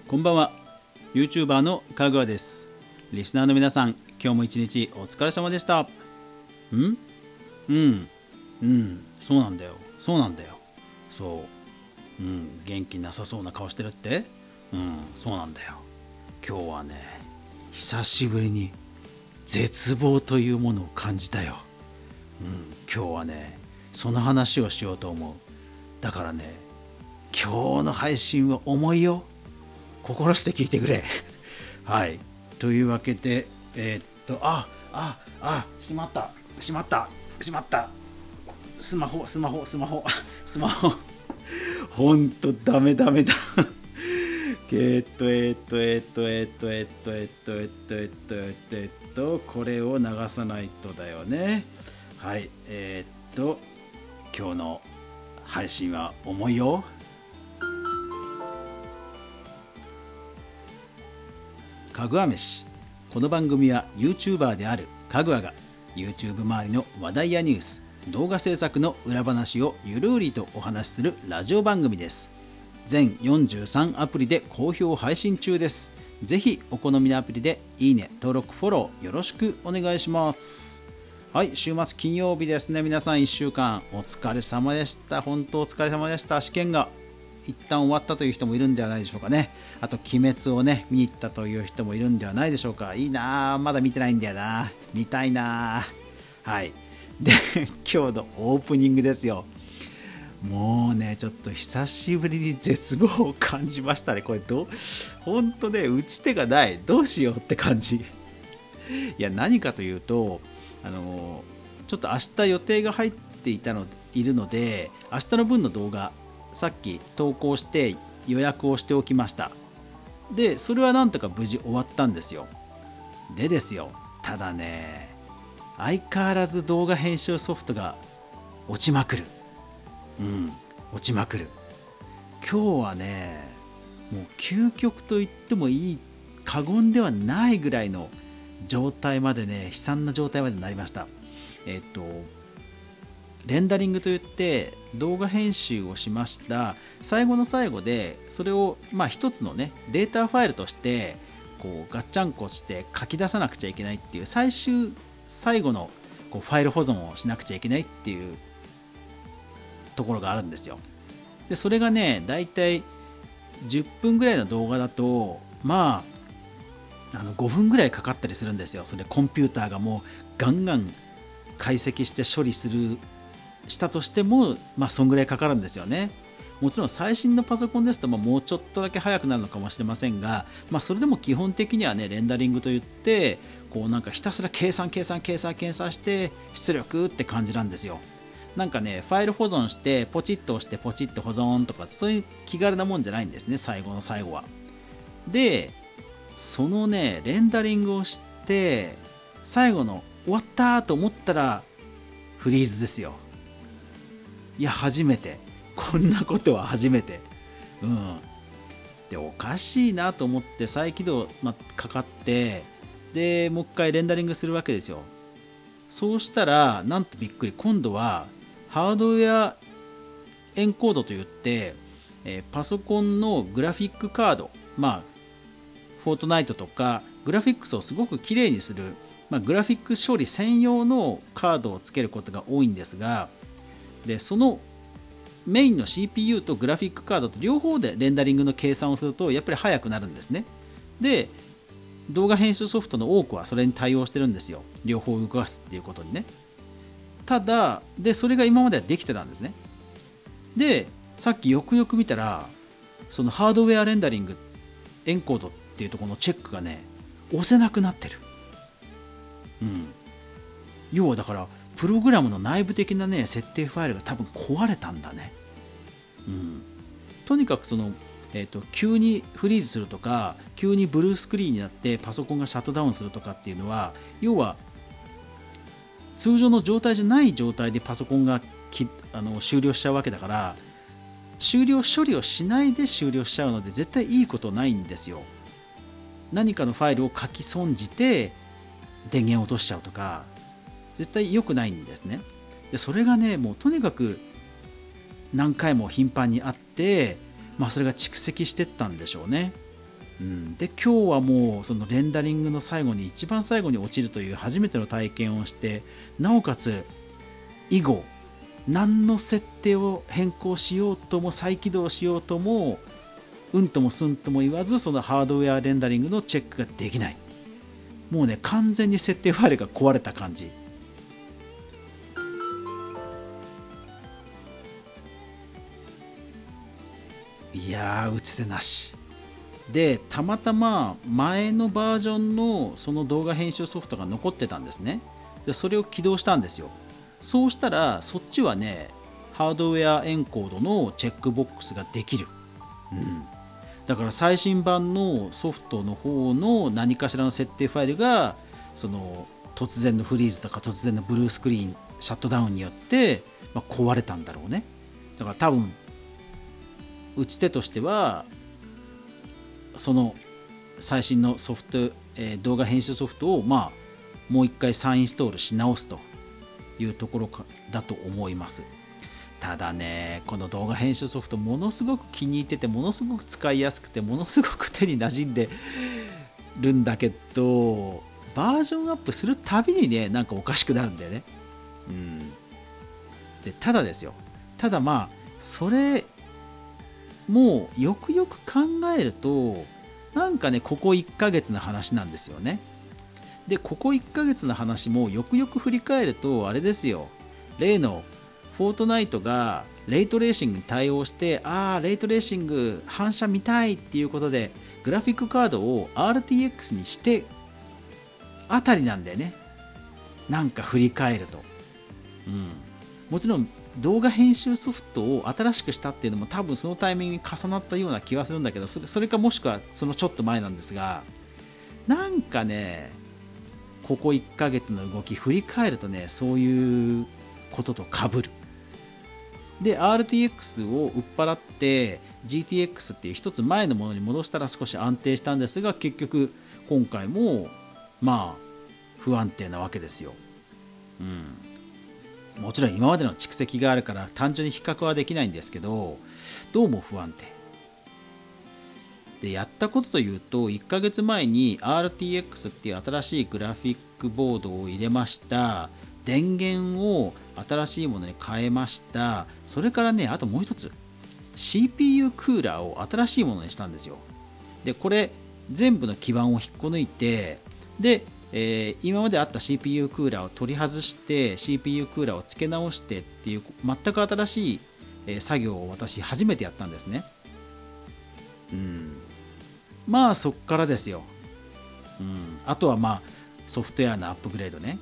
こんばんは。 YouTuber のかぐわです。リスナーの皆さん、今日も一日お疲れ様でした。そうなんだよそう、元気なさそうな顔してるって。そうなんだよ。今日はね、久しぶりに絶望というものを感じたよ。今日はね、その話をしようと思う。だからね、今日の配信は重いよ。心して聞いてくれ。はい。というわけで、しまった。スマホ。ほんとダメだ。これを流さないとだよね。はい。今日の配信は重いよ。かぐわ飯。この番組は YouTuber であるかぐわが YouTube 周りの話題やニュース、動画制作の裏話をゆるりとお話しするラジオ番組です。全43アプリで好評配信中です。ぜひお好みのアプリでいいね、登録、フォローよろしくお願いします。はい、週末金曜日ですね。皆さん1週間お疲れ様でした。本当お疲れ様でした。試験が一旦終わったという人もいるんではないでしょうかね。あと鬼滅をね見に行ったという人もいるんではないでしょうか。いいなあ、まだ見てないんだよな。見たいなあ。はい。で、今日のオープニングですよ。もうね、ちょっと久しぶりに絶望を感じましたね。これ本当ね、打ち手がない。どうしようって感じ。いや、何かというと、ちょっと明日予定が入っているので、明日の分の動画さっき投稿して予約をしておきました。で、それはなんとか無事終わったんですよ。でですよ、ただね、相変わらず動画編集ソフトが落ちまくる。今日はね、もう究極と言ってもいい過言ではないぐらいの状態までね、悲惨な状態までなりました。レンダリングといって動画編集をしました。最後の最後でそれを一つのねデータファイルとしてこうガッチャンコして書き出さなくちゃいけないっていう最後のこうファイル保存をしなくちゃいけないっていうところがあるんですよ。でそれがね、だいたい10分ぐらいの動画だと5分ぐらいかかったりするんですよ。それコンピューターがもうガンガン解析して処理したとしても、そんぐらいかかるんですよね。もちろん最新のパソコンですともうちょっとだけ早くなるのかもしれませんが、それでも基本的にはね、レンダリングといってこうなんかひたすら計算して出力って感じなんですよ。なんかね、ファイル保存してポチッと押してポチッと保存とか、そういう気軽なもんじゃないんですね、最後の最後は。で、そのねレンダリングをして最後の終わったと思ったらフリーズですよ。いや、初めて、こんなことは初めて。で、おかしいなと思って再起動かかって、でもう一回レンダリングするわけですよ。そうしたらなんとびっくり、今度はハードウェアエンコードといって、パソコンのグラフィックカード、フォートナイトとかグラフィックスをすごくきれいにする、グラフィック処理専用のカードをつけることが多いんですが、でそのメインの CPU とグラフィックカードと両方でレンダリングの計算をするとやっぱり速くなるんですね。で、動画編集ソフトの多くはそれに対応してるんですよ。両方動かすっていうことにね。ただで、それが今まではできてたんですね。で、さっきよくよく見たら、そのハードウェアレンダリングエンコードっていうところのチェックがね、押せなくなってる。要はだからプログラムの内部的なね設定ファイルが多分壊れたんだね。とにかくその、急にフリーズするとか、急にブルースクリーンになってパソコンがシャットダウンするとかっていうのは、要は通常の状態じゃない状態でパソコンが終了しちゃうわけだから、終了処理をしないで終了しちゃうので絶対いいことないんですよ。何かのファイルを書き損じて電源を落としちゃうとか絶対良くないんですね。でそれがね、もうとにかく何回も頻繁にあって、それが蓄積してったんでしょうね。 で今日はもうそのレンダリングの最後に一番最後に落ちるという初めての体験をして、なおかつ以後何の設定を変更しようとも再起動しようともうんともすんとも言わず、そのハードウェアレンダリングのチェックができない。もうね、完全に設定ファイルが壊れた感じ。いやー、打つ手なしで、たまたま前のバージョンのその動画編集ソフトが残ってたんですね。でそれを起動したんですよ。そうしたらそっちはね、ハードウェアエンコードのチェックボックスができる、だから最新版のソフトの方の何かしらの設定ファイルがその突然のフリーズとか突然のブルースクリーンシャットダウンによって、壊れたんだろうね。だから多分打ち手としてはその最新のソフト、動画編集ソフトをもう一回再インストールし直すというところだと思います。ただね、この動画編集ソフトものすごく気に入ってて、ものすごく使いやすくて、ものすごく手に馴染んでるんだけど、バージョンアップするたびにね、なんかおかしくなるんだよね。でただですよ、ただそれもうよくよく考えると、なんかね、ここ1ヶ月の話なんですよね。でここ1ヶ月の話もよくよく振り返ると、あれですよ、例のフォートナイトがレイトレーシングに対応して、レイトレーシング反射見たいっていうことでグラフィックカードを RTX にしてあたりなんだよね。なんか振り返ると、もちろん動画編集ソフトを新しくしたっていうのも多分そのタイミングに重なったような気はするんだけど、それかもしくはそのちょっと前なんですが、なんかね、ここ1ヶ月の動き振り返るとね、そういうことと被る。で RTX を売っ払って GTX っていう一つ前のものに戻したら少し安定したんですが、結局今回も不安定なわけですよ。もちろん今までの蓄積があるから単純に比較はできないんですけど、どうも不安定で、やったことというと、1ヶ月前に RTX っていう新しいグラフィックボードを入れました。電源を新しいものに変えました。それからね、あともう一つ CPU クーラーを新しいものにしたんですよ。でこれ全部の基板を引っこ抜いて、で今まであった CPU クーラーを取り外して、 CPU クーラーを付け直してっていう全く新しい作業を私初めてやったんですね。そっからですよ。あとはソフトウェアのアップグレードね。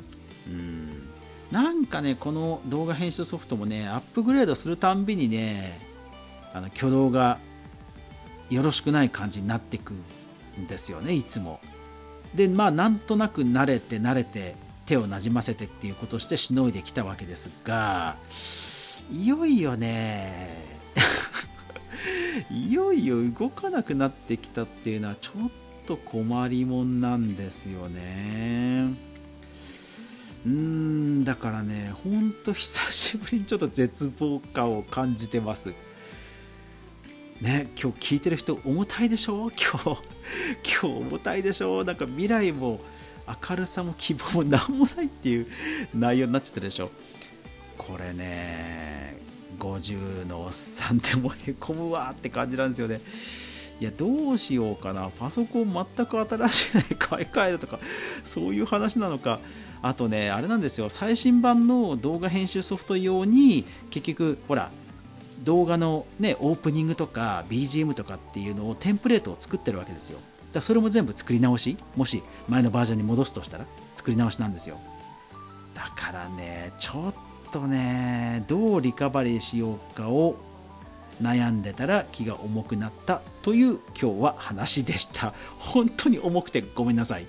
なんかね、この動画編集ソフトもね、アップグレードするたんびにね、挙動がよろしくない感じになっていくんですよね、いつも。でなんとなく慣れて手をなじませてっていうことをしてしのいできたわけですが、いよいよねいよいよ動かなくなってきたっていうのはちょっと困りもんなんですよね。だからね、ほんと久しぶりにちょっと絶望感を感じてますね。今日聞いてる人重たいでしょ。今日重たいでしょ。なんか未来も明るさも希望もなんもないっていう内容になっちゃってるでしょ。これね、50のおっさんでもへこむわって感じなんですよね。いや、どうしようかな、パソコン全く新しいのに買い替えるとか、そういう話なのか。あとね、あれなんですよ、最新版の動画編集ソフト用に結局ほら、動画のね、オープニングとか BGM とかっていうのをテンプレートを作ってるわけですよ。だからそれも全部作り直し、もし前のバージョンに戻すとしたら作り直しなんですよ。だからね、ちょっとね、どうリカバリーしようかを悩んでたら気が重くなったという今日は話でした。本当に重くてごめんなさい。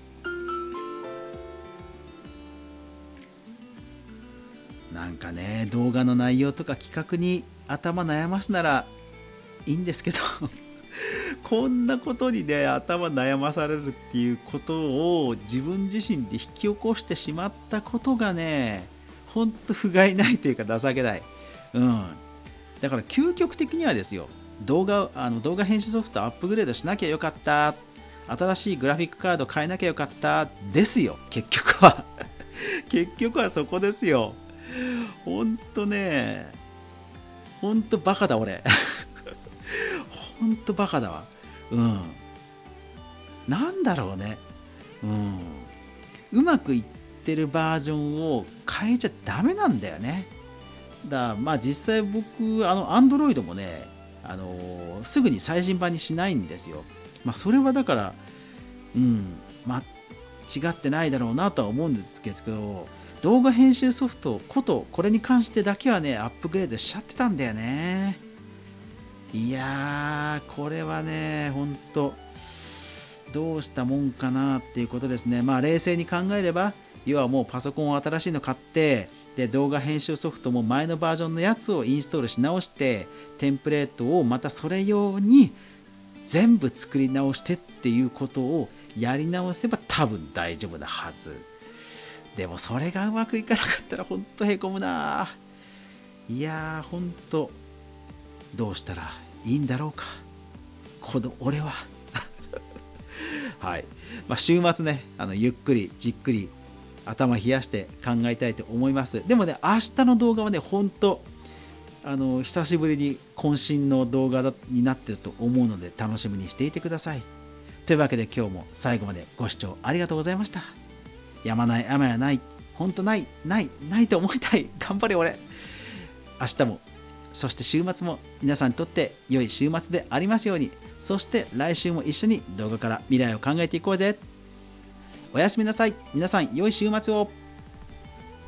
なんかね、動画の内容とか企画に頭悩ますならいいんですけどこんなことにね、頭悩まされるっていうことを自分自身で引き起こしてしまったことがね、ほんと不甲斐ないというか情けない。だから究極的にはですよ、 動画編集ソフトアップグレードしなきゃよかった、新しいグラフィックカード変えなきゃよかったですよ、結局は結局はそこですよ。ほんとね、ほんとバカだ俺ほんとバカだわ。なんだろうね、うまくいってるバージョンを変えちゃダメなんだよね。まあ実際僕Android もね、すぐに最新版にしないんですよ。それはだから違ってないだろうなとは思うんですけど、動画編集ソフトことこれに関してだけはねアップグレードしちゃってたんだよね。いやーこれはねほんとどうしたもんかなっていうことですね。冷静に考えれば、要はもうパソコンを新しいの買って、で動画編集ソフトも前のバージョンのやつをインストールし直して、テンプレートをまたそれ用に全部作り直してっていうことをやり直せば多分大丈夫なはず。でもそれがうまくいかなかったら本当へこむな。いやー本当どうしたらいいんだろうかこの俺ははい、週末ねゆっくりじっくり頭冷やして考えたいと思います。でもね明日の動画はね本当久しぶりに渾身の動画になってると思うので楽しみにしていてください。というわけで今日も最後までご視聴ありがとうございました。やまない雨はない、本当ないと思いたい、頑張れ俺。明日もそして週末も皆さんにとって良い週末でありますように。そして来週も一緒に動画から未来を考えていこうぜ。おやすみなさい。皆さん良い週末を。